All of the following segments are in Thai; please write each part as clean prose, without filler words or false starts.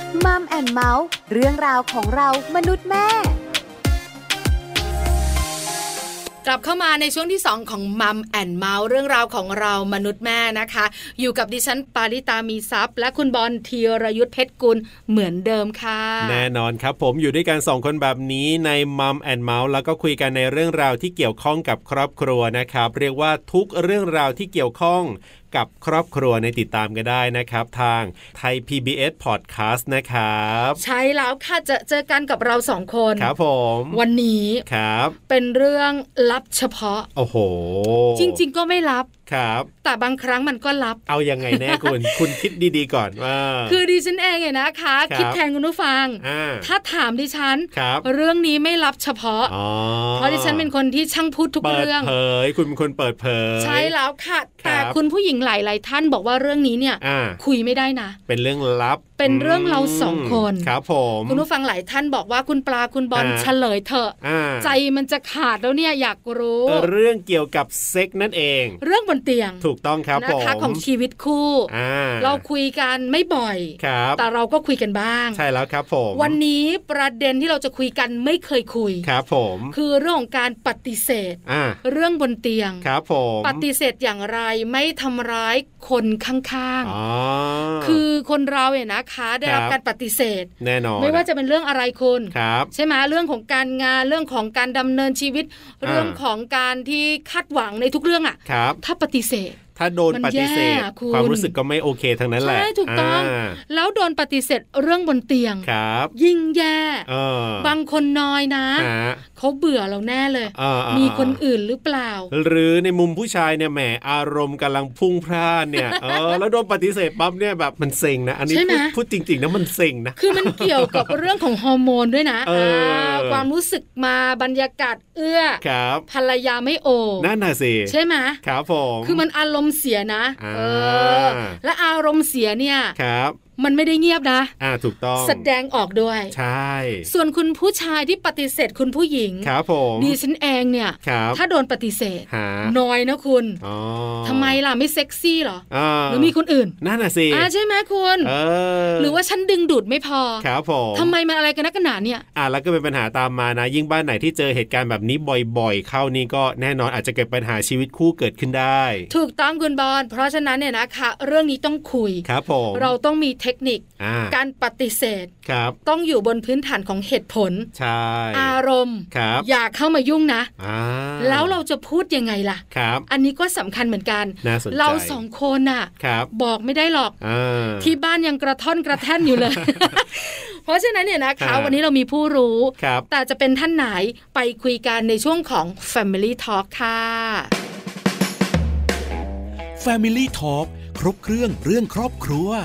มัมแอนด์เมาส์เรื่องราวของเรามนุษย์แม่กลับเข้ามาในช่วงที่2ของมัมแอนด์เมาส์เรื่องราวของเรามนุษย์แม่นะคะอยู่กับดิฉันปาริตามีทรัพย์และคุณบอลธีรยุทธเพชรกุลเหมือนเดิมค่ะแน่นอนครับผมอยู่ด้วยกัน2คนแบบนี้ในมัมแอนด์เมาส์แล้วก็คุยกันในเรื่องราวที่เกี่ยวข้องกับครอบครัวนะครับเรียกว่าทุกเรื่องราวที่เกี่ยวข้องกับครอบครัวในติดตามกันได้นะครับทางไทย PBS Podcast นะครับใช่แล้วค่ะเจอกันกับเรา2คนครับผมวันนี้ครับเป็นเรื่องลับเฉพาะโอ้โหจริงๆก็ไม่ลับครับแต่บางครั้งมันก็ลับเอายังไงแน่ คุณคิดดีๆก่อนว่าคือดิฉันเองเนี่ยนะคะคิดแทนคุณผู้ฟังถ้าถามดิฉันเรื่องนี้ไม่ลับเฉพาะเพราะดิฉันเป็นคนที่ช่างพูดทุกเรื่องเปิดเผยคุณเป็นคนเปิดเผยใช่แล้วค่ะแต่คุณผู้หญิงหลายๆท่านบอกว่าเรื่องนี้เนี่ยคุยไม่ได้นะเป็นเรื่องลับเป็นเรื่องเรา2คนครับผมคุณผู้ฟังหลายท่านบอกว่าคุณปลาคุณบอลเฉลยเถอะใจมันจะขาดแล้วเนี่ยอยากรู้เรื่องเกี่ยวกับเซ็กนั่นเองเรื่องบนเตียงถูกต้องครับนะคะของชีวิตคู่เราคุยกันไม่บ่อยแต่เราก็คุยกันบ้างใช่แล้วครับผมวันนี้ประเด็นที่เราจะคุยกันไม่เคยคุยครับผมคือเรื่องของการปฏิเสธเรื่องบนเตียงครับผมปฏิเสธอย่างไรไม่ทำร้ายคนข้างๆคือคนเราเนี่ยนะคะได้รับการปฏิเสธแน่นอนไม่ว่าจะเป็นเรื่องอะไรคุณใช่ไหมเรื่องของการงานเรื่องของการดำเนินชีวิตเรื่องของการที่คาดหวังในทุกเรื่องอ่ะถ้าปฏิเสธถ้าโดนปฏิเสธความรู้สึกก็ไม่โอเคทั้งนั้นแหละใช่ถูกต้องแล้วโดนปฏิเสธเรื่องบนเตียงยิ่งแย่บางคนน้อยนะเขาเบื่อเราแน่เลยมีคนอื่นหรือเปล่าหรือในมุมผู้ชายเนี่ยแหมอารมณ์กำลังพุ่งพล่านเนี่ยแล้วโดนปฏิเสธปั๊บเนี่ยแบบมันเซ็งนะอันนี้พูดจริงๆนะมันเซ็งนะคือมันเกี่ยวกับเรื่องของฮอร์โมนด้วยนะความรู้สึกมาบรรยากาศเอื้อภรรยาไม่โอนั่นน่ะสิใช่ไหมครับผมคือมันอารมณ์เสียนะและอารมณ์เสียเนี่ยมันไม่ได้เงียบนะถูกต้องแสดงออกด้วยใช่ส่วนคุณผู้ชายที่ปฏิเสธคุณผู้หญิงครับผมดิฉันเองเนี่ยถ้าโดนปฏิเสธน้อยนะคุณทำไมล่ะไม่เซ็กซี่หรอหรือมีคนอื่นนั่นน่ะสิใช่ไหมคุณหรือว่าฉันดึงดูดไม่พอครับผมทำไมมันอะไรกันนักกันหนาเนี่ยแล้วก็เป็นปัญหาตามมานะยิ่งบ้านไหนที่เจอเหตุการณ์แบบนี้บ่อยๆเข้านี่ก็แน่นอนอาจจะเกิดปัญหาชีวิตคู่เกิดขึ้นได้ถูกต้องคุณบอลเพราะฉะนั้นเนี่ยนะคะเรื่องนี้ต้องคุยครับผมเราต้องมีเทคนิคการปฏิเสธต้องอยู่บนพื้นฐานของเหตุผลใช่อารมณ์อย่าเข้ามายุ่งนะแล้วเราจะพูดยังไงล่ะอันนี้ก็สำคัญเหมือนกันเรา2คนน่ะบอกไม่ได้หรอกที่บ้านยังกระท่อนกระแท่นอยู่เลย เพราะฉะนั้นเนี่ยนะคะวันนี้เรามีผู้รู้แต่จะเป็นท่านไหนไปคุยกันในช่วงของ Family Talk ค่ะ Family Talk ครบเครื่องครอบครัว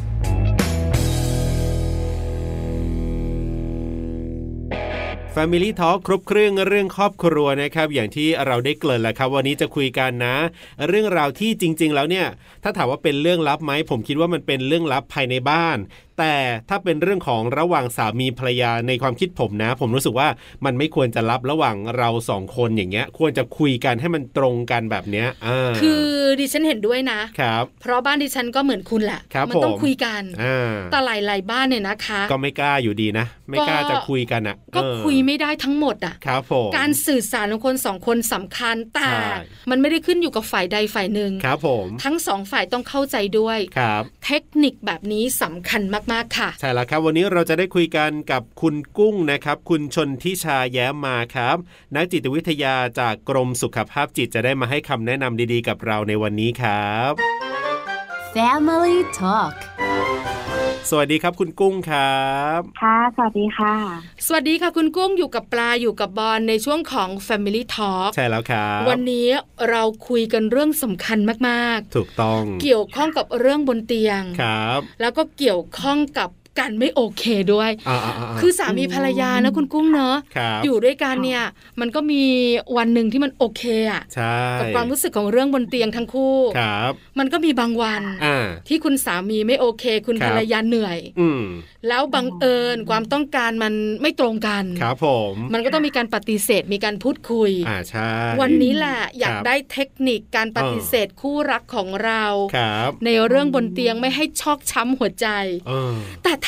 Family Talk ครบเครื่องครอบครัวนะครับอย่างที่เราได้เกริ่นแล้วครับวันนี้จะคุยกันนะเรื่องราวที่จริงๆแล้วเนี่ยถ้าถามว่าเป็นเรื่องลับไหมผมคิดว่ามันเป็นเรื่องลับภายในบ้านแต่ถ้าเป็นเรื่องของระหว่างสามีภรรยาในความคิดผมนะผมรู้สึกว่ามันไม่ควรจะลับระหว่างเรา2คนอย่างเงี้ยควรจะคุยกันให้มันตรงกันแบบเนี้ยคือดิฉันเห็นด้วยนะครับเพราะบ้านดิฉันก็เหมือนคุณแหละมันต้องคุยกันแต่หลายๆบ้านเนี่ยนะคะก็ไม่กล้าอยู่ดีนะไม่กล้าจะคุยกันอ่ะก็คุยไม่ได้ทั้งหมดอ่ะครับผมการสื่อสารของคน2คนสำคัญแต่มันไม่ได้ขึ้นอยู่กับฝ่ายใดฝ่ายหนึ่งครับผมทั้ง2ฝ่ายต้องเข้าใจด้วยเทคนิคแบบนี้สำคัญมากๆค่ะใช่แล้วครับวันนี้เราจะได้คุยกันกับคุณกุ้งนะครับคุณชนทิชาแย้มมาครับนักจิตวิทยาจากกรมสุขภาพจิตจะได้มาให้คำแนะนำดีๆกับเราในวันนี้ครับ Family Talk สวัสดีครับคุณกุ้งครับค่ะสวัสดีค่ะสวัสดีค่ะคุณกุ้งอยู่กับปลาอยู่กับบอลในช่วงของ Family Talk ใช่แล้วครับวันนี้เราคุยกันเรื่องสำคัญมากๆถูกต้องเกี่ยวข้องกับเรื่องบนเตียงครับแล้วก็เกี่ยวข้องกับกันไม่โอเคด้วยคือสามีภรรยานะคุณกุ้งเนอะอยู่ด้วยกันเนี่ยมันก็มีวันหนึ่งที่มันโอเคอ่ะกับความรู้สึกของเรื่องบนเตียงทั้งคู่มันก็มีบางวันที่คุณสามีไม่โอเคคุณภรรยาเหนื่อยแล้วบังเอิญความต้องการมันไม่ตรงกันครับผมมันก็ต้องมีการปฏิเสธมีการพูดคุยใช่วันนี้แหละอยากได้เทคนิคการปฏิเสธคู่รักของเราในเรื่องบนเตียงไม่ให้ชอกช้ำหัวใจแต่แท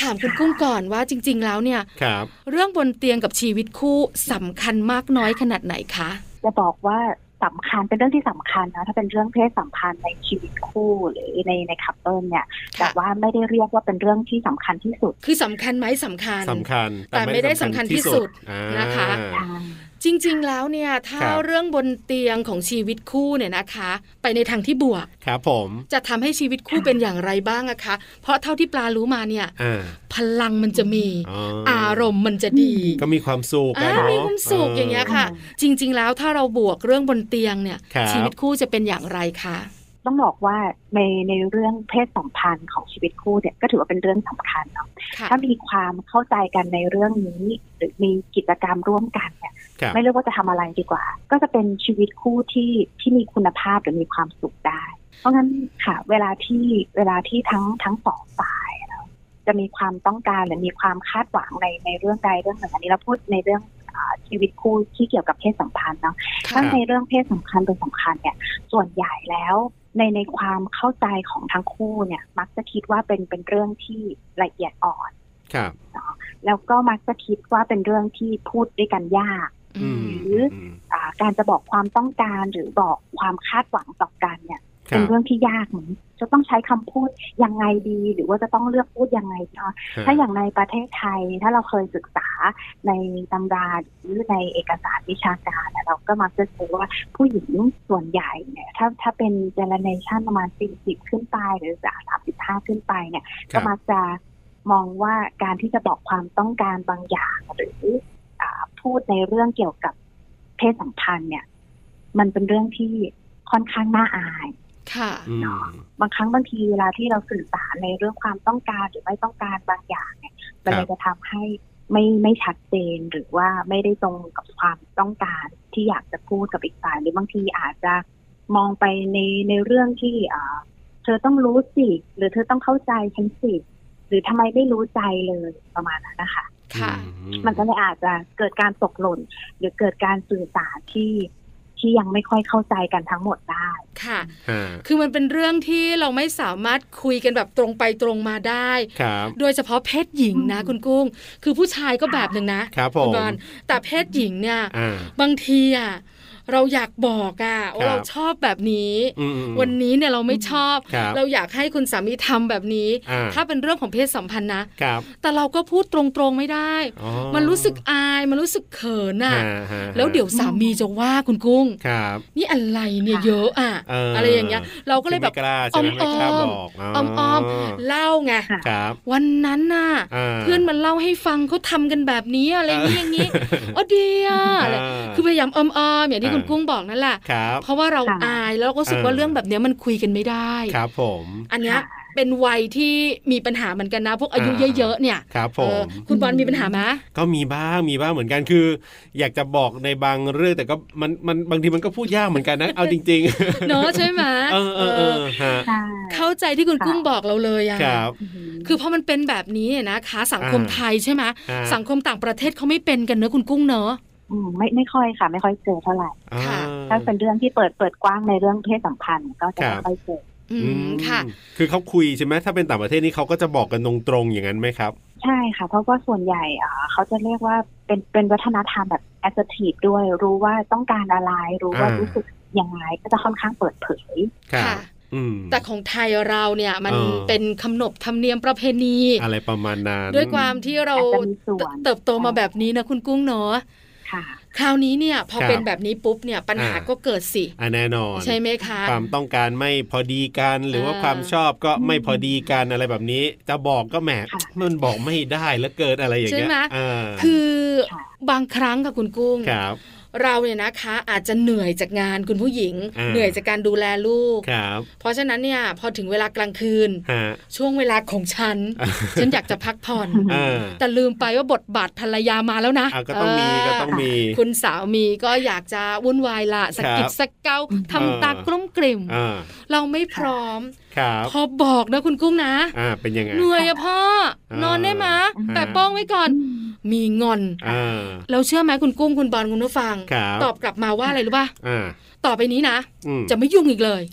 ถามคุณกุ้งก่อนว่าจริงๆแล้วเนี่ยเรื่องบนเตียงกับชีวิตคู่สำคัญมากน้อยขนาดไหนคะจะบอกว่าสำคัญเป็นเรื่องที่สำคัญนะถ้าเป็นเรื่องเพศสัมพันธ์ในชีวิตคู่หรือในคัพเปิลเนี่ยแต่ว่าไม่ได้เรียกว่าเป็นเรื่องที่สำคัญที่สุดคือสำคัญไหมสำคัญแต่ไม่ได้สำคัญที่สุดนะคะจริงๆแล้วเนี่ยถ้าเรื่องบนเตียงของชีวิตคู่เนี่ยนะคะไปในทางที่บวกครับผมจะทำให้ชีวิตคู่เป็นอย่างไรบ้างอะคะเพราะเท่าที่ปลารู้มาเนี่ยพลังมันจะมีอารมณ์มันจะดีก็มีความสุขมีความสุขอย่างเงี้ยค่ะจริงๆแล้วถ้าเราบวกเรื่องบนเตียงเนี่ยชีวิตคู่จะเป็นอย่างไรคะต้องบอกว่าในเรื่องเพศสัมพันธ์ของชีวิตคู่เนี่ยก็ถือว่าเป็นเรื่องสำคัญเนาะถ้ามีความเข้าใจกันในเรื่องนี้หรือมีกิจกรรมร่วมกันเนี่ยไม่เลือกว่าจะทำอะไรดีกว่าก็จะเป็นชีวิตคู่ที่มีคุณภาพหรือมีความสุขได้เพราะงั้นค่ะเวลาที่ทั้งสองฝ่ายจะมีความต้องการหรือมีความคาดหวังในเรื่องใดเรื่องหนึ่งอันนี้เราพูดในเรื่องชีวิตคู่ที่เกี่ยวกับเพศสัมพันธ์เนาะถ้าในเรื่องเพศสัมพันธ์เป็นสำคัญเนี่ยส่วนใหญ่แล้วในความเข้าใจของทั้งคู่เนี่ยมักจะคิดว่าเป็นเรื่องที่ละเอียดอ่อนเนาะแล้วก็มักจะคิดว่าเป็นเรื่องที่พูดด้วยกันยากหรือการจะบอกความต้องการหรือบอกความคาดหวังต่อกันเนี่ยเป็นเรื่องที่ยากเหมือนจะต้องใช้คำพูดยังไงดีหรือว่าจะต้องเลือกพูดยังไงเนาะถ้าอย่างในประเทศไทยถ้าเราเคยศึกษาในตำราหรือในเอกสารวิชาการเราก็มักจะพบว่าผู้หญิงส่วนใหญ่เนี่ยถ้าเป็นเจเนอเรชันประมาณ40ขึ้นไปหรือ35ขึ้นไปเนี่ยก็มักจะมองว่าการที่จะบอกความต้องการบางอย่างหรือพูดในเรื่องเกี่ยวกับเพศสัมพันธ์เนี่ยมันเป็นเรื่องที่ค่อนข้างน่าอายเนาะบางครั้งบางทีเวลาที่เราสื่อสารในเรื่องความต้องการหรือไม่ต้องการบางอย่างเนี่ยมันเลยจะทำให้ไม่ชัดเจนหรือว่าไม่ได้ตรงกับความต้องการที่อยากจะพูดกับอีกฝ่ายหรือบางทีอาจจะมองไปในเรื่องที่เธอต้องรู้สิหรือเธอต้องเข้าใจฉันสิหรือทำไมไม่รู้ใจเลยประมาณนั้นนะคะมันก็เลยอาจจะเกิดการตกหล่นหรือเกิดการสื่อสารที่ยังไม่ค่อยเข้าใจกันทั้งหมดได้ค่ะคือมันเป็นเรื่องที่เราไม่สามารถคุยกันแบบตรงไปตรงมาได้โดยเฉพาะเพศหญิงนะคุณกุ้งคือผู้ชายก็แบบนึงนะคุณบอลแต่เพศหญิงเนี่ยบางทีเราอยากบอกว่าเราชอบแบบนี้วันนี้เนี่ยเราไม่ชอบเราอยากให้คุณสามีทำแบบนี้ถ้าเป็นเรื่องของเพศสัมพันธ์นะแต่เราก็พูดตรงๆไม่ได้มันรู้สึกอายมันรู้สึกเขินแล้วเดี๋ยวสามีจะว่าคุณกุ้งนี่อะไรเนี่ยเยอะอะไรอย่างเงี้ยเราก็เลยแบบอ้อมเล่าไงวันนั้นน่ะเพื่อนมันเล่าให้ฟังเขาทำกันแบบนี้อะไรอย่างนี้อ๋อดีอะไรคือพยายามอ้อมอย่างที่คุณกุ้งบอกนั่นแหละเพราะว่าเราอายแล้วก็รู้สึกว่าเรื่องแบบนี้มันคุยกันไม่ได้ครับผมอันเนี้ยเป็นวัยที่มีปัญหาเหมือนกันนะพวกอายุเยอะๆเนี่ยครับผมคุณบอลมีปัญหาไหมก็มีบ้างเหมือนกันคืออยากจะบอกในบางเรื่องแต่ก็มันบางทีมันก็พูดยากเหมือนกันนะเอาจริงๆเนาะใช่ไหมเข้าใจที่คุณกุ้งบอกเราเลยคือพอมันเป็นแบบนี้นะคะสังคมไทยใช่ไหมสังคมต่างประเทศเขาไม่เป็นกันเนอะคุณกุ้งเนอะไม่ค่อยค่ะไม่ค่อยเจอเท่าไหร่ถ้าเป็นเรื่องที่เปิดกว้างในเรื่องเพศสัมพันธ์ก็จะไม่ค่อยเจอค่ะคือเขาคุยใช่ไหมถ้าเป็นต่างประเทศนี่เขาก็จะบอกกันตรงๆอย่างนั้นไหมครับใช่ค่ะเพราะว่าส่วนใหญ่เขาจะเรียกว่าเป็นวัฒนธรรมแบบ assertive ด้วยรู้ว่าต้องการอะไรรู้ว่ารู้สึกยังไงก็จะค่อนข้างเปิดเผยค่ะแต่ของไทยเราเนี่ยมันเป็นขนบธรรมเนียมประเพณีอะไรประมาณนั้นด้วยความที่เราเติบโตมาแบบนี้นะคุณกุ้งเนาะคราวนี้เนี่ยพอเป็นแบบนี้ปุ๊บเนี่ยปัญหาก็เกิดสิแน่นอนใช่ไหมคะความต้องการไม่พอดีกันหรือว่าความชอบก็ไม่พอดีกันอะไรแบบนี้จะบอกก็แหมมันบอกไม่ได้แล้วเกิดอะไรอย่างเงี้ยใช่ไหมคือบางครั้งค่ะคุณกุ้งเราเนี่ยนะคะอาจจะเหนื่อยจากงานคุณผู้หญิงเหนื่อยจากการดูแลลูกเพราะฉะนั้นเนี่ยพอถึงเวลากลางคืนช่วงเวลาของฉันอยากจะพักผ่อนแต่ลืมไปว่าบทบาทภรรยามาแล้วนะก็ต้องมีคุณสามีก็อยากจะวุ่นวายละสะกิดสะเกาทำตากลุ้มกลิ่มเราไม่พร้อมพอบอกนะคุณกุ้งนะเป็นยังไงเหนื่อยอะพ่อนอนได้ไหมแต่ป้องไว้ก่อนมีงอนแล้วเชื่อไหมคุณกุ้งคุณบอลคุณผู้ฟังตอบกลับมาว่าอะไรรู้ป่ะต่อไปนี้นะจะไม่ยุ่งอีกเลย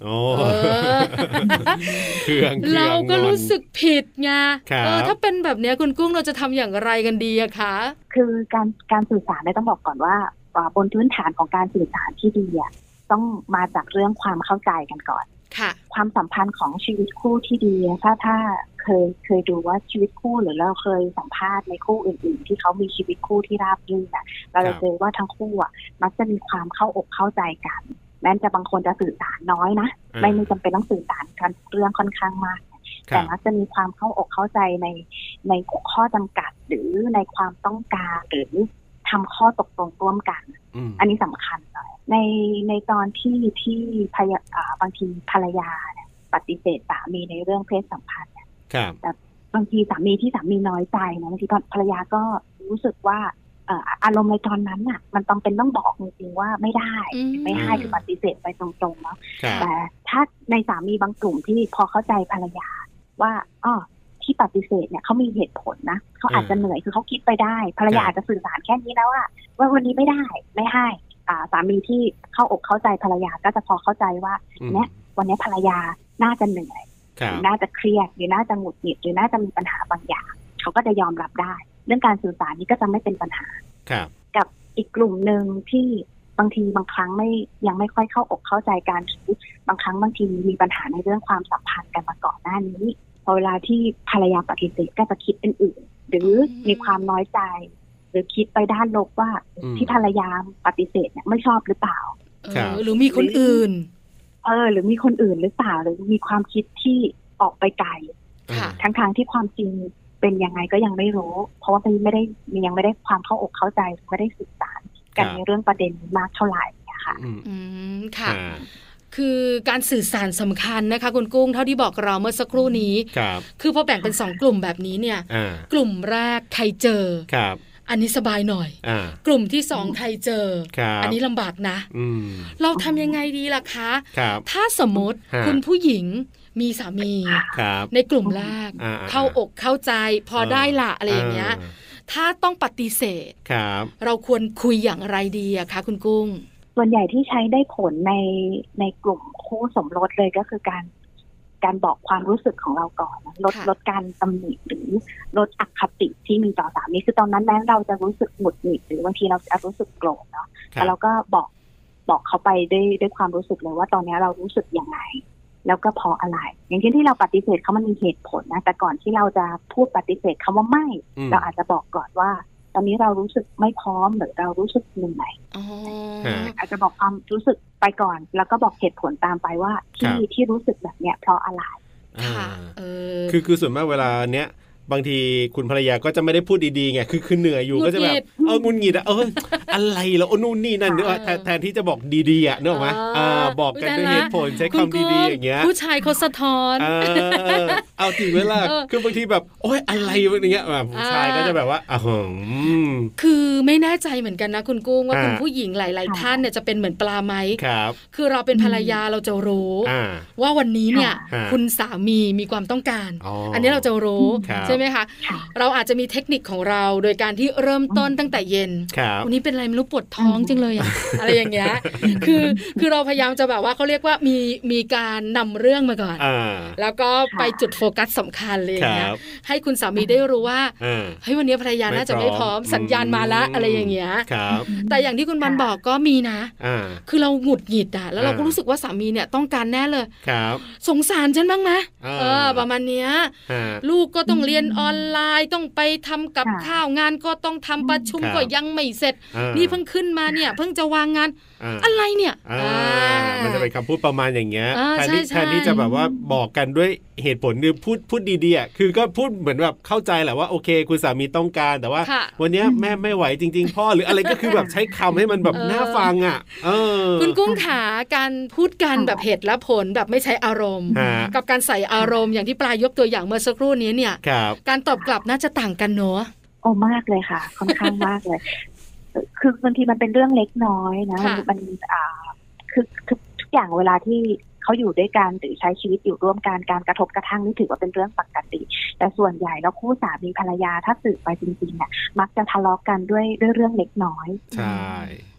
เราก็รู้สึกผิดไงถ้าเป็นแบบนี้คุณกุ้งเราจะทำอย่างไรกันดีอะคะคือการสื่อสารเนี่ยต้องบอกก่อนว่าบนพื้นฐานของการสื่อสารที่ดีต้องมาจากเรื่องความเข้าใจกันก่อนความสัมพันธ์ของชีวิตคู่ที่ดีถ้าเคยดูว่าชีวิตคู่หรือเราเคยสัมภาษณ์ในคู่อื่นๆที่เขามีชีวิตคู่ที่ราบรื่นเราจะเจอว่าทั้งคู่มักจะมีความเข้าอกเข้าใจกันแม้จะบางคนจะสื่อสารน้อยนะไม่จำเป็นต้องสื่อสารกันเรื่องค่อนข้างมากแต่มักจะมีความเข้าอกเข้าใจในข้อจำกัดหรือในความต้องการหรือทำข้อตกลงร่วมกันอันนี้สำคัญเลยในตอนที่บางทีภรรยาปฏิเสธสามีในเรื่องเพศสัมพันธ์แต่บางทีสามีน้อยใจนะบางทีภรรยาก็รู้สึกว่าอารมณ์ในตอนนั้นน่ะมันต้องบอกจริงๆว่าไม่ได้ไม่ให้คือปฏิเสธไปตรงๆเนาะแต่ถ้าในสามีบางกลุ่มที่พอเข้าใจภรรยาว่าที่ปฏิเสธเนี่ยเขามีเหตุผลนะเขาอาจจะเหนื่อยคือเขาคิดไปได้ภรรยาอาจจะสื่อสารแค่นี้แล้วว่าวันนี้ไม่ได้ไม่ให้สามีที่เข้าอกเข้าใจภรรยาก็จะพอเข้าใจว่าเนี่ยวันนี้ภรรยาน่าจะเหนื่อยหรือน่าจะเครียดหรือน่าจะหงุดหงิดหรือน่าจะมีปัญหาบางอย่างเขาก็จะยอมรับได้เรื่องการสื่อสารนี้ก็จะไม่เป็นปัญหากับอีกกลุ่มนึงที่บางทีบางครั้งยังไม่ค่อยเข้าอกเข้าใจกันหรือบางครั้งบางทีมีปัญหาในเรื่องความสัมพันธ์กันมาก่อนหน้านี้พอเวลาที่ภรรยาปฏิเสธก็จะคิดเป็นอื่นหรือมีความน้อยใจหรือคิดไปด้านลบว่าที่ภรรยาปฏิเสธเนี่ยไม่ชอบหรือเปล่าหรือมีคนอื่นหรือมีคนอื่นหรือเปล่าหรือมีความคิดที่ออกไปไกลทั้งที่ความจริงเป็นยังไงก็ยังไม่รู้เพราะว่ายังไม่ได้ความเข้าอกเข้าใจไม่ได้สื่อสารกันในเรื่องประเด็นมากเท่าไหร่ค่ะค่ะคือการสื่อสารสำคัญนะคะคุณกุ้งเท่าที่บอกเราเมื่อสักครู่นี้คือพอแบ่งเป็น2กลุ่มแบบนี้เนี่ยกลุ่มแรกใครเจออันนี้สบายหน่อยกลุ่มที่2ใครเจออันนี้ลำบากนะเราทำยังไงดีล่ะคะถ้าสมมติคุณผู้หญิงมีสามีในกลุ่มแรกเข้าอกเข้าใจพอได้ละอะไรอย่างเงี้ยถ้าต้องปฏิเสธเราควรคุยอย่างไรดีอะคะคุณกุ้งส่วนใหญ่ที่ใช้ได้ผลในกลุ่มคู่สมรสเลยก็คือการบอกความรู้สึกของเราก่อนลดการตำหนิหรือลดอคติที่มีต่อสามีคือตอนนั้นแม้เราจะรู้สึกหงุดหงิดหรือบางทีเราจะรู้สึกโกรธเนาะแต่เราก็บอกเขาไปด้วยความรู้สึกเลยว่าตอนนี้เรารู้สึกยังไงแล้วก็เพราะอะไรอย่างเช่นที่เราปฏิเสธเขามันมีเหตุผลนะแต่ก่อนที่เราจะพูดปฏิเสธคำว่าไม่เราอาจจะบอกก่อนว่าตอนนี้เรารู้สึกไม่พร้อมหรือเรารู้สึกเหนื่อยอาจจะบอกความรู้สึกไปก่อนแล้วก็บอกเหตุผลตามไปว่าที่รู้สึกแบบเนี้ยเพราะอะไรคือส่วนมากเวลาเนี้ยบางทีคุณภรรยาก็จะไม่ได้พูดดีๆไงคือเหนื่อยอยู่ก็จะแบบงุนหงิดอะไรแล้วนู่นนี่นั่นนึกว่าแทนที่จะบอกดีๆนึกออกไหมบอกกันด้วยเหตุผลใช้คำดีๆอย่างเงี้ยผู้ชายเขาสะท้อนเอาจริงเวลาคือบางทีแบบโอ๊ยอะไรอย่างเงี้ยผู้ชายก็จะแบบว่าคือไม่แน่ใจเหมือนกันนะคุณกุ้งว่าคุณผู้หญิงหลายๆท่านเนี่ยจะเป็นเหมือนปลาไหมคือเราเป็นภรรยาเราจะรู้ว่าวันนี้เนี่ยคุณสามีมีความต้องการอันนี้เราจะรู้ใช่ไหมคะเราอาจจะมีเทคนิคของเราโดยการที่เริ่มต้นตั้งแต่เย็นวันนี้เป็นอะไรไม่รู้ปวดท้องจริงเลยอะไรอย่างเงี้ยคือเราพยายามจะแบบว่าเขาเรียกว่ามีการนำเรื่องมาก่อนแล้วก็ไปจุดโฟกัสสำคัญเลยนะให้คุณสามีได้รู้ว่าเฮ้ยวันนี้ภรรยาน่าจะไม่พร้อมสัญญาณมาละอะไรอย่างเงี้ยแต่อย่างที่คุณบันบอกก็มีนะคือเราหงุดหงิดแล้วเราก็รู้สึกว่าสามีเนี่ยต้องการแน่เลยสงสารฉันบ้างนะประมาณเนี้ยลูกก็ต้องเรียนออนไลน์ต้องไปทำกับข้าวงานก็ต้องทำประชุมก็ยังไม่เสร็จนี่เพิ่งขึ้นมาเนี่ยเพิ่งจะวางงานอะไรเนี่ยมันจะเป็นคำพูดประมาณอย่างเงี้ยแทนที่จะแบบว่าบอกกันด้วยเหตุผลหรือพูดดีๆคือก็พูดเหมือนแบบเข้าใจแหละว่าโอเคคุณสามีต้องการแต่ว่าวันนี้แม่ไม่ไหวจริงๆพ่อหรืออะไรก็คือแบบใช้คำให้มันแบบน่าฟังคุณกุ้งขาการพูดกันแบบเหตุและผลแบบไม่ใช้อารมณ์กับการใส่อารมณ์อย่างที่ปลายกตัวอย่างเมื่อสักครู่นี้เนี่ยการตอบกลับน่าจะต่างกันเนอะมากเลยค่ะค่อนข้างมากเลยคือบางทีมันเป็นเรื่องเล็กน้อยนะมันคือทุกอย่างเวลาที่เขาอยู่ด้วยกันหรือใช้ชีวิตอยู่ร่วมกันการกระทบกระทั่งนี่ถือว่าเป็นเรื่องปกติแต่ส่วนใหญ่แล้วคู่สามีภรรยาถ้าสืบไปจริงๆเนี่ยมักจะทะเลาะกันด้วยเรื่องเล็กน้อยใช่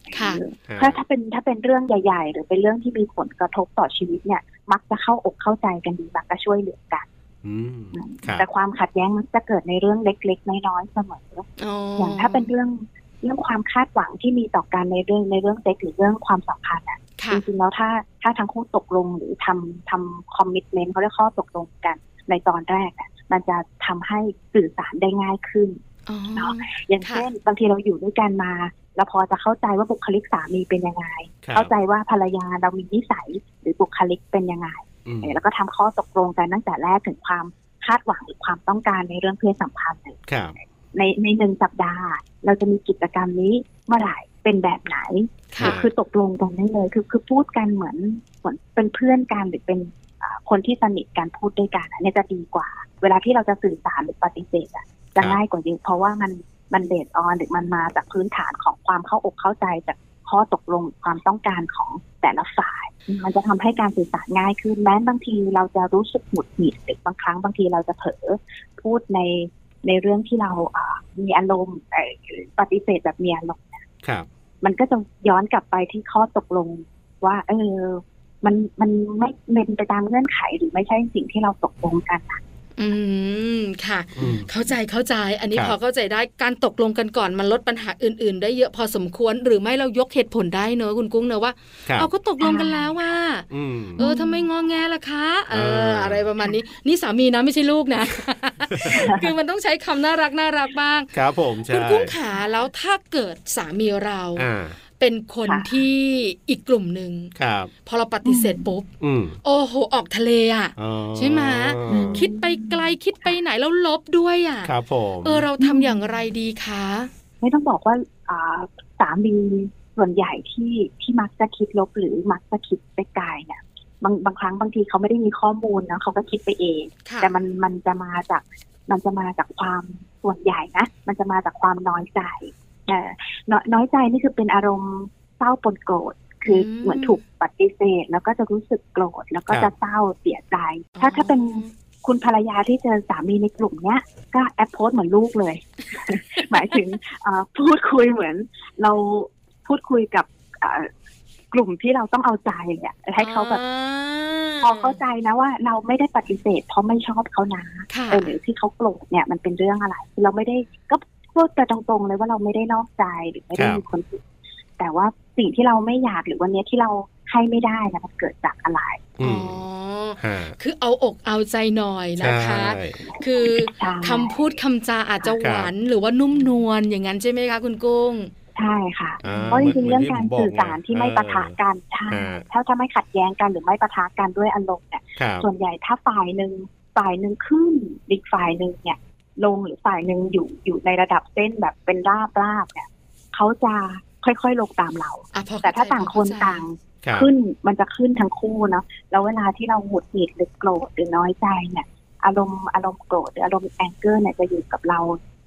ถ้าเป็นเรื่องใหญ่ๆหรือเป็นเรื่องที่มีผลกระทบต่อชีวิตเนี่ยมักจะเข้าอกเข้าใจกันดีมักจะช่วยเหลือกันแต่ความขัดแย้งมันจะเกิดในเรื่องเล็กๆน้อยๆเสมออย่างถ้าเป็นเรื่องความคาดหวังที่มีต่อกันในเรื่องเซ็กหรือเรื่องความสัมพันธ์อ่ะจริงๆแล้วถ้าทั้งคู่ตกลงหรือทำคอมมิตเมนต์เขาเรียกข้อตกลงกันในตอนแรกอ่ะมันจะทำให้สื่อสารได้ง่ายขึ้นเนาะอย่างเช่นบางทีเราอยู่ด้วยกันมาเราพอจะเข้าใจว่าบุคลิกสามีเป็นยังไงเข้าใจว่าภรรยาเรามีนิสัยหรือบุคลิกเป็นยังไงแล้วก็ทำข้อตกลงกันตั้งแต่แรกถึงความคาดหวังหรือความต้องการในเรื่องเพศสัมพันธ์ใน1 สัปดาห์เราจะมีกิจกรรมนี้เมื่อไหร่เป็นแบบไหนคือตกลงกันได้เลยคือพูดกันเหมือนเป็นเพื่อนกันหรือเป็นคนที่สนิทกันพูดด้วยกันเนี่ยจะดีกว่าเวลาที่เราจะสื่อสารหรือปฏิเสธจะง่ายกว่าเยอะเพราะว่ามันเบสออนหรือมันมาจากพื้นฐานของความเข้าอกเข้าใจจากข้อตกลงความต้องการของแต่ละฝ่ายมันจะทำให้การสื่อสารง่ายขึ้นแม้บางทีเราจะรู้สึกหงุดหงิดหรือบางครั้งบางทีเราจะเผลอพูดในเรื่องที่เรามีอารมณ์ปฏิเสธแบบมีอารมณ์มันก็จะย้อนกลับไปที่ข้อตกลงว่ามันไม่เป็นไปตามเงื่อนไขหรือไม่ใช่สิ่งที่เราตกลงกันค่ะเข้าใจอันนี้พอเข้าใจได้การตกลงกันก่อนมันลดปัญหาอื่นๆได้เยอะพอสมควรหรือไม่เรายกเหตุผลได้เนอะคุณกุ้งเนอะว่าเอาก็ตกลงกันแล้วว่าทำไมงอแงล่ะคะอะไรประมาณนี้นี่สามีนะไม่ใช่ลูกนะ คือมันต้องใช้คำน่ารักบ้างครับผมใช่คุณกุ้งขาแล้วถ้าเกิดสามีเราเป็นคนที่อีกกลุ่มหนึ่งพอเราปฏิเสธปุ๊บโอ้โหออกทะเลอ่ะใช่ไหมคิดไปไกลคิดไปไหนแล้วลบด้วยอ่ะครับผมเราทำอย่างไรดีคะไม่ต้องบอกว่าสามีส่วนใหญ่ที่มักจะคิดลบหรือมักจะคิดไปไกลเนี่ยบางครั้งบางทีเขาไม่ได้มีข้อมูลนะเขาก็คิดไปเองแต่มันจะมาจากความส่วนใหญ่นะมันจะมาจากความน้อยใจน้อยใจนี่คือเป็นอารมณ์เศร้าปนโกรธคือเหมือนถูกปฏิเสธแล้วก็จะรู้สึกโกรธแล้วก็จะเศร้าเสียใจถ้าเป็นคุณภรรยาที่เจอสามีในกลุ่มเนี้ยก็แอปโพสเหมือนลูกเลย หมายถึงพูดคุยเหมือนเราพูดคุยกับกลุ่มที่เราต้องเอาใจเนี่ยให้เขาแบบพอเข้าใจนะว่าเราไม่ได้ปฏิเสธเพราะไม่ชอบเขานะหรือที่เขาโกรธเนี่ยมันเป็นเรื่องอะไรเราไม่ได้ก็พูดแต่ตรงๆเลยว่าเราไม่ได้นอกใจหรือไม่ได้มีคนอื่นแต่ว่าสิ่งที่เราไม่อยากหรือวันนี้ที่เราให้ไม่ได้นะมันเกิดจากอะไรคือเอาอกเอาใจหน่อยนะคะคือคำพูดคำจาอาจจะหวานหรือว่านุ่มนวลอย่างนั้นใช่ไหมคะคุณกุ้งใช่ค่ะเพราะจริงๆเรื่องการสื่อสารที่ไม่ปะทะกันใช่ถ้าไม่ขัดแย้งกันหรือไม่ปะทะกันด้วยอารมณ์เนี่ยส่วนใหญ่ถ้าฝ่ายหนึ่งขึ้นอีกฝ่ายหนึ่งเนี่ยลงหรือฝ่ายหนึ่งอยู่ในระดับเส้นแบบเป็นราบเนี่ยเขาจะค่อยๆลงตามเราแต่ถ้าต่างคนต่างขึ้นมันจะขึ้นทั้งคู่เนาะแล้วเวลาที่เราหงุดหงิดหรือโกรธหรือน้อยใจเนี่ยอารมณ์โกรธหรืออารมณ์แองเกอร์เนี่ยจะอยู่กับเรา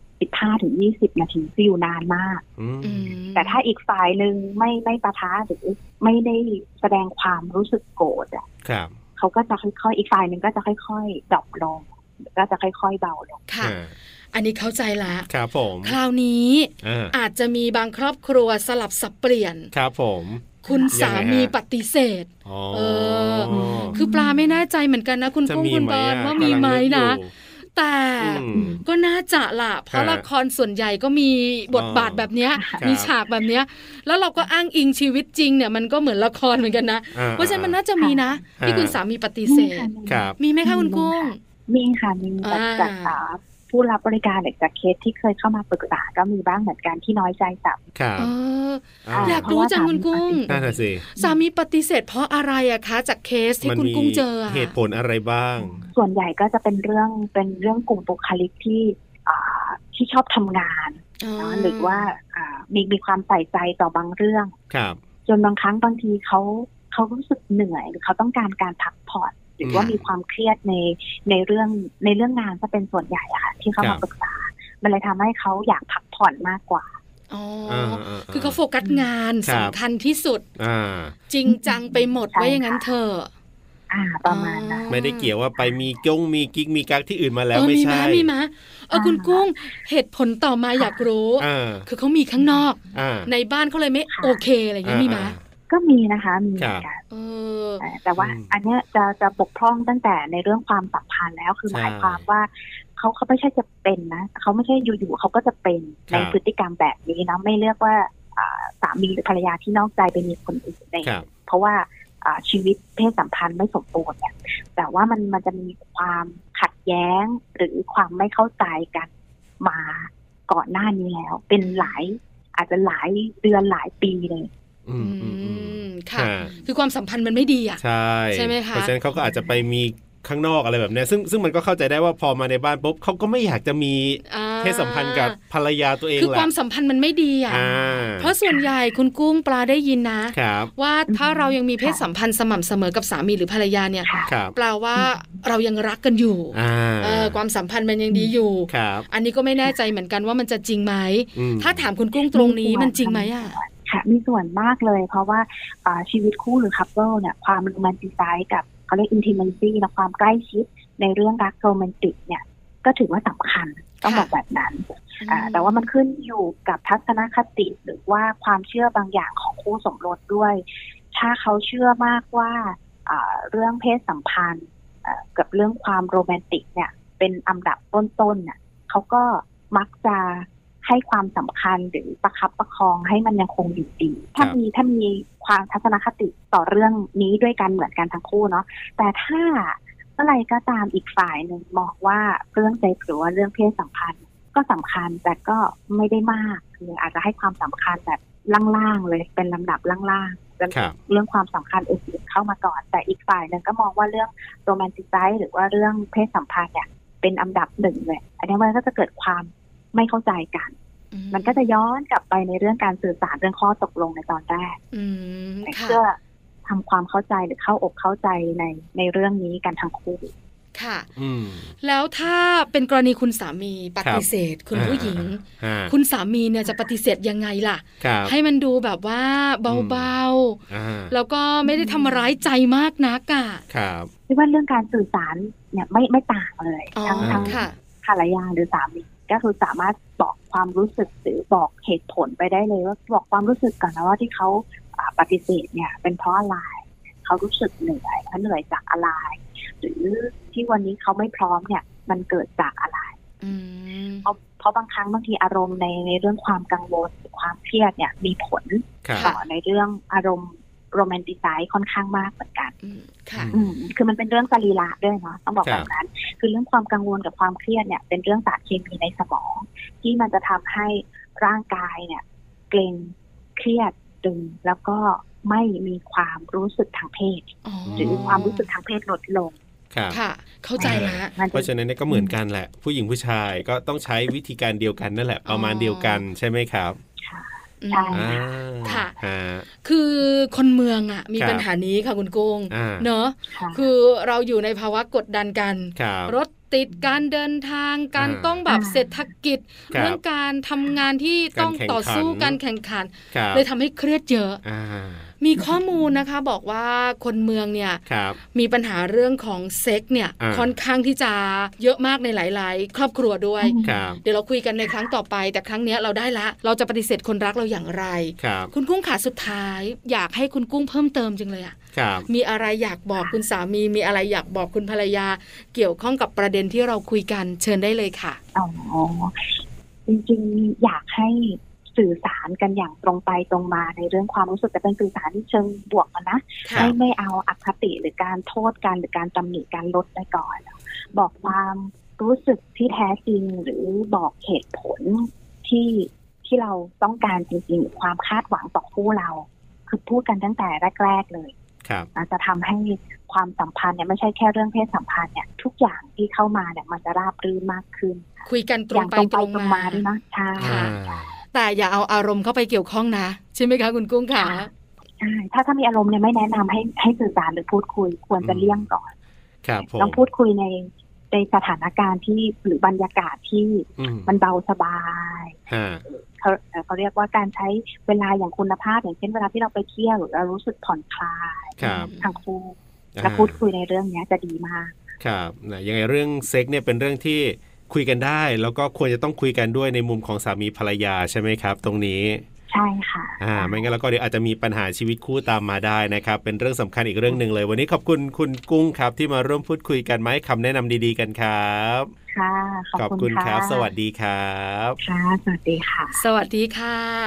15-20 นาทีที่อยู่นานมากแต่ถ้าอีกฝ่ายหนึ่งไม่ปะทะหรือไม่ได้แสดงความรู้สึกโกรธอ่ะเขาก็จะค่อยๆอีกฝ่ายหนึ่งก็จะค่อยๆดรอปลงก็จะค่อยๆเบาลงค่ะอันนี้เข้าใจแล้วครับผมคราวนี้อาจจะมีบางครอบครัวสลับสับเปลี่ยนครับผมคุณสามีปฏิเสธคือปลาไม่แน่ใจเหมือนกันนะคุณกุ้งคุณบอลว่ามีไหมนะแต่ก็น่าจะล่ะเพราะละครส่วนใหญ่ก็มีบทบาทแบบนี้มีฉากแบบนี้แล้วเราก็อ้างอิงชีวิตจริงเนี่ยมันก็เหมือนละครเหมือนกันนะเพราะฉะนั้นมันน่าจะมีนะที่คุณสามีปฏิเสธมีไหมคะคุณกุ้งมีค่ะมีจากผู้รับบริการหรือจากเคสที่เคยเข้ามาปรึกษาก็มีบ้างเหมือนกันที่น้อยใจสามีอยากรู้จังคุณกุ้งนั่นแหละสิสามีปฏิเสธเพราะอะไรอะคะจากเคสที่คุณกุ้งเจอเหตุผลอะไรบ้างส่วนใหญ่ก็จะเป็นเรื่องกลุ่มบุคลิกที่ชอบทำงานหรือว่ามีความใส่ใจต่อบางเรื่องจนบางครั้งบางทีเขารู้สึกเหนื่อยหรือเขาต้องการการพักผ่อนหรือว่ามีความเครียดในเรื่องงานจะเป็นส่วนใหญ่อะค่ะที่เขามาปรึกษามันเลยทำให้เขาอยากพักผ่อนมากกว่าคือเขาโฟกัสงานสำคัญที่สุดจริงจังไปหมดว่าอย่างนั้นเถอะประมาณนั้นไม่ได้เกี่ยวว่าไปมีกิ๊กมีกั๊กที่อื่นมาแล้วไม่ใช่มีมั้ยคุณกุ้งเหตุผลต่อมาอยากรู้คือเขามีข้างนอกในบ้านเขาเลยไม่โอเคอะไรอย่างนี้มีมั้ยก็มีนะคะมีเหมือนกันแต่ว่าอันเนี้ยจะบกพร่องตั้งแต่ในเรื่องความสัมพันธ์แล้วคือหมายความว่าเขาไม่ใช่จะเป็นนะเขาไม่ใช่อยู่ๆเขาก็จะเป็นในพฤติกรรมแบบนี้นะไม่เรียกว่าสามีหรือภรรยาที่นอกใจไปมีคนอื่นในเพราะว่าชีวิตเพศสัมพันธ์ไม่สมบูรณ์เนี่ยแต่ว่ามันจะมีความขัดแย้งหรือความไม่เข้าใจกันมาก่อนหน้านี้แล้วเป็นอาจจะหลายเดือนหลายปีเลยค่ะคือความสัมพันธ์มันไม่ดีอ่ะใช่ไหมคะเพราะฉะนั้นเขาก็อาจจะไปมีข้างนอกอะไรแบบนี้ซึ่งมันก็เข้าใจได้ว่าพอมาในบ้านปุ๊บเขาก็ไม่อยากจะมีเพศสัมพันธ์กับภรรยาตัวเองคือความสัมพันธ์มันไม่ดีอ่ะเพราะส่วนใหญ่คุณกุ้งปลาได้ยินนะว่าถ้าเรายังมีเพศสัมพันธ์สม่ำเสมอกับสามีหรือภรรยาเนี่ยแปลว่าเรายังรักกันอยู่ความสัมพันธ์มันยังดีอยู่อันนี้ก็ไม่แน่ใจเหมือนกันว่ามันจะจริงไหมถ้าถามคุณกุ้งตรงนี้มันจริงไหมอ่ะมีส่วนมากเลยเพราะว่าชีวิตคู่หรือคัพเปิลเนี่ยความโรแมนติไซส์กับเขาเรียก intimacy และความใกล้ชิดในเรื่องรักโรแมนติกเนี่ยก็ถือว่าสำคัญต้องบอกแบบนั้นแต่ว่ามันขึ้นอยู่กับทัศนคติหรือว่าความเชื่อบางอย่างของคู่สมรสด้วยถ้าเขาเชื่อมากว่าเรื่องเพศสัมพันธ์กับเรื่องความโรแมนติกเนี่ยเป็นอันดับต้นๆเนี่ยเขาก็มักจะให้ความสำคัญหรือประคับประคองให้มันยังคงอยู่ดีถ้ามีความทัศนคติต่อเรื่องนี้ด้วยกันเหมือนกันทั้งคู่เนาะแต่ถ้าอะไรก็ตามอีกฝ่ายหนึ่งมองว่าเรื่องเซ็กส์หรือว่าเรื่องเพศสัมพันธ์ก็สำคัญแต่ก็ไม่ได้มากคืออาจจะให้ความสำคัญแบบล่างๆเลยเป็นลำดับล่างๆเรื่องความสำคัญอื่นๆเข้ามาก่อนแต่อีกฝ่ายหนึ่งก็มองว่าเรื่องโรแมนติไซส์หรือว่าเรื่องเพศสัมพันธ์เนี่ยเป็นอันดับหนึ่งเลยอันนี้มันก็จะเกิดความไม่เข้าใจกันมันก็จะย้อนกลับไปในเรื่องการสื่อสารเรื่องข้อตกลงในตอนแรกเพื่อทำความเข้าใจหรือเข้าอกเข้าใจในเรื่องนี้กันทั้งคู่ค่ะแล้วถ้าเป็นกรณีคุณสามีปฏิเสธคุณผู้หญิงคุณสามีเนี่ยจะปฏิเสธยังไงล่ะให้มันดูแบบว่าเบาๆแล้วก็ไม่ได้ทำร้ายใจมากนักอ่ะคิดว่าเรื่องการสื่อสารเนี่ยไม่ต่างเลยทั้งภรรยาหรือสามีก็คือสามารถบอกความรู้สึกหรือบอกเหตุผลไปได้เลยว่าบอกความรู้สึกก่อนนะว่าที่เขาปฏิเสธเนี่ยเป็นเพราะอะไรเขารู้สึกเหนื่อยเขาเหนื่อยจากอะไรหรือที่วันนี้เขาไม่พร้อมเนี่ยมันเกิดจากอะไรเพราะบางครั้งบางทีอารมณ์ในเรื่องความกังวลความเครียดเนี่ยมีผลต่อในเรื่องอารมณ์โรแมนติไซส์ค่อนข้างมากเหมือนกันคือมันเป็นเรื่องสรีระด้วยเนาะต้องบอกแบบนั้นคือเรื่องความกังวลกับความเครียดเนี่ยเป็นเรื่องสารเคมีในสมองที่มันจะทำให้ร่างกายเนี่ยเกร็งเครียดตึงแล้วก็ไม่มีความรู้สึกทางเพศหรือความรู้สึกทางเพศลดลงค่ะเข้าใจแล้วเพราะฉะนั้นก็เหมือนกันแหละผู้หญิงผู้ชายก็ต้องใช้วิธีการเดียวกันนั่นแหละประมาณเดียวกันใช่ไหมครับใช่ค่ะคือคนเมืองอ่ะมีปัญหานี้ค่ะคุณกุ้งเนอะคือเราอยู่ในภาวะกดดันกันรถติดการเดินทางการต้องแบบเศรษฐกิจเรื่องการทำงานที่ต้องต่อสู้การแข่งขันเลยทำให้เครียดเยอะมีข้อมูลนะคะบอกว่าคนเมืองเนี่ยมีปัญหาเรื่องของเซ็กเนี่ยค่อนข้างที่จะเยอะมากในหลายๆครอบครัวด้วยเดี๋ยวเราคุยกันในครั้งต่อไปแต่ครั้งนี้เราได้ละเราจะปฏิเสธคนรักเราอย่างไรคุณกุ้งขาสุดท้ายอยากให้คุณกุ้งเพิ่มเติมจังเลยอ่ะมีอะไรอยากบอกคุณสามีมีอะไรอยากบอกคุณภรรยาเกี่ยวข้องกับประเด็นที่เราคุยกันเชิญได้เลยค่ะจริงๆอยากให้สื่อสารกันอย่างตรงไปตรงมาในเรื่องความรู้สึกแต่เป็นสื่อสารที่เชิงบวกกันนะไม่เอาอคติหรือการโทษกันหรือการตำหนิการลดไปก่อนบอกความรู้สึกที่แท้จริงหรือบอกเหตุผลที่เราต้องการจริงๆความคาดหวังต่อคู่เราคือพูดกันตั้งแต่แรกๆเลยอาจจะทำให้ความสัมพันธ์เนี่ยไม่ใช่แค่เรื่องเพศสัมพันธ์เนี่ยทุกอย่างที่เข้ามาเนี่ยมันจะราบรื่นมากขึ้นคุยกันตรงไปตรงมาด้วยนะใช่แต่อย่าเอาอารมณ์เข้าไปเกี่ยวข้องนะใช่ไหมคะคุณกุ้งค่ะใช่ถ้ามีอารมณ์เนี่ยไม่แนะนำให้สื่อสารหรือพูดคุยควรจะเลี่ยงก่อนต้องพูดคุยในสถานการณ์ที่หรือบรรยากาศที่มันเบาสบายเขาเรียกว่าการใช้เวลาอย่างคุณภาพอย่างเช่นเวลาที่เราไปเที่ยวหรือเรารู้สึกผ่อนคลายทั้งคู่และพูดคุยในเรื่องนี้จะดีมากครับยังไงเรื่องเซ็กเนี่ยเป็นเรื่องที่คุยกันได้แล้วก็ควรจะต้องคุยกันด้วยในมุมของสามีภรรยาใช่ไหมครับตรงนี้ใช่ค่ะไม่งั้นแล้วก็เดี๋ยวอาจจะมีปัญหาชีวิตคู่ตามมาได้นะครับเป็นเรื่องสำคัญอีกเรื่องหนึ่งเลยวันนี้ขอบคุณคุณกุ้งครับที่มาร่วมพูดคุยกันมาให้คำแนะนำดีๆกันครับค่ะขอบคุณครับสวัสดีครับค่ะสวัสดีค่ะสวัสดีค่ะ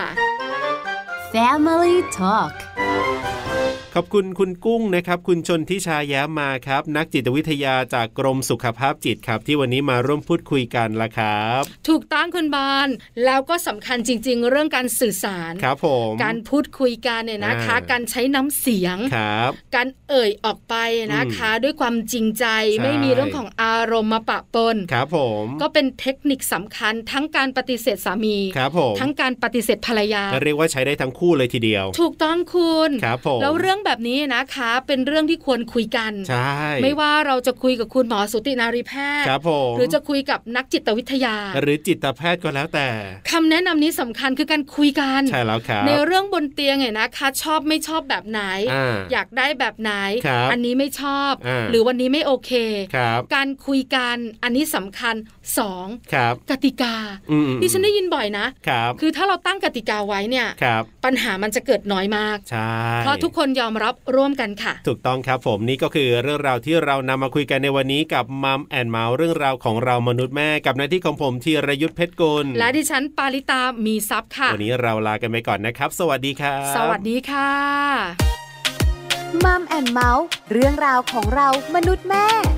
Family Talk ขอบคุณคุณกุ้งนะครับคุณชนทิชาแย้มมาครับนักจิตวิทยาจากกรมสุขภาพจิตครับที่วันนี้มาร่วมพูดคุยกันละครับถูกต้องคุณบอลแล้วก็สำคัญจริงๆเรื่องการสื่อสารครับผมการพูดคุยกันเนี่ยนะคะการใช้น้ำเสียงครับการเอ่ยออกไปนะคะด้วยความจริงใจไม่มีเรื่องของอารมณ์มาปะปนครับผมก็เป็นเทคนิคสำคัญทั้งการปฏิเสธสามีครับผมทั้งการปฏิเสธภรรยาเรียกว่าใช้ได้ทั้งคู่เลยทีเดียวถูกต้องคุณครับผมแล้วเรื่องแบบนี้นะคะเป็นเรื่องที่ควรคุยกันใช่ไม่ว่าเราจะคุยกับคุณหมอสูตินารีแพทย์ครับผมหรือจะคุยกับนักจิตวิทยาหรือจิตแพทย์ก็แล้วแต่คำแนะนำนี้สำคัญคือการคุยกันใช่แล้วครับในเรื่องบนเตียงเนี่ยนะคะชอบไม่ชอบแบบไหนอยากได้แบบไหนอันนี้ไม่ชอบหรือวันนี้ไม่โอเคการคุยกันอันนี้สำคัญ2กติกาที่ฉันได้ยินบ่อยนะคือถ้าเราตั้งกติกาไว้เนี่ยปัญหามันจะเกิดน้อยมากเพราะทุกคนยอมรับร่วมกันค่ะถูกต้องครับผมนี่ก็คือเรื่องราวที่เรานำมาคุยกันในวันนี้กับมัมแอนด์เมาส์เรื่องราวของเรามนุษย์แม่กับหน้าที่ของผมธีรยุทธเพชรกุลและดิฉันปาริตามีทรัพย์ค่ะวันนี้เราลากันไปก่อนนะครับสวัสดีครับสวัสดีค่ะมัมแอนด์เมาส์เรื่องราวของเรามนุษย์แม่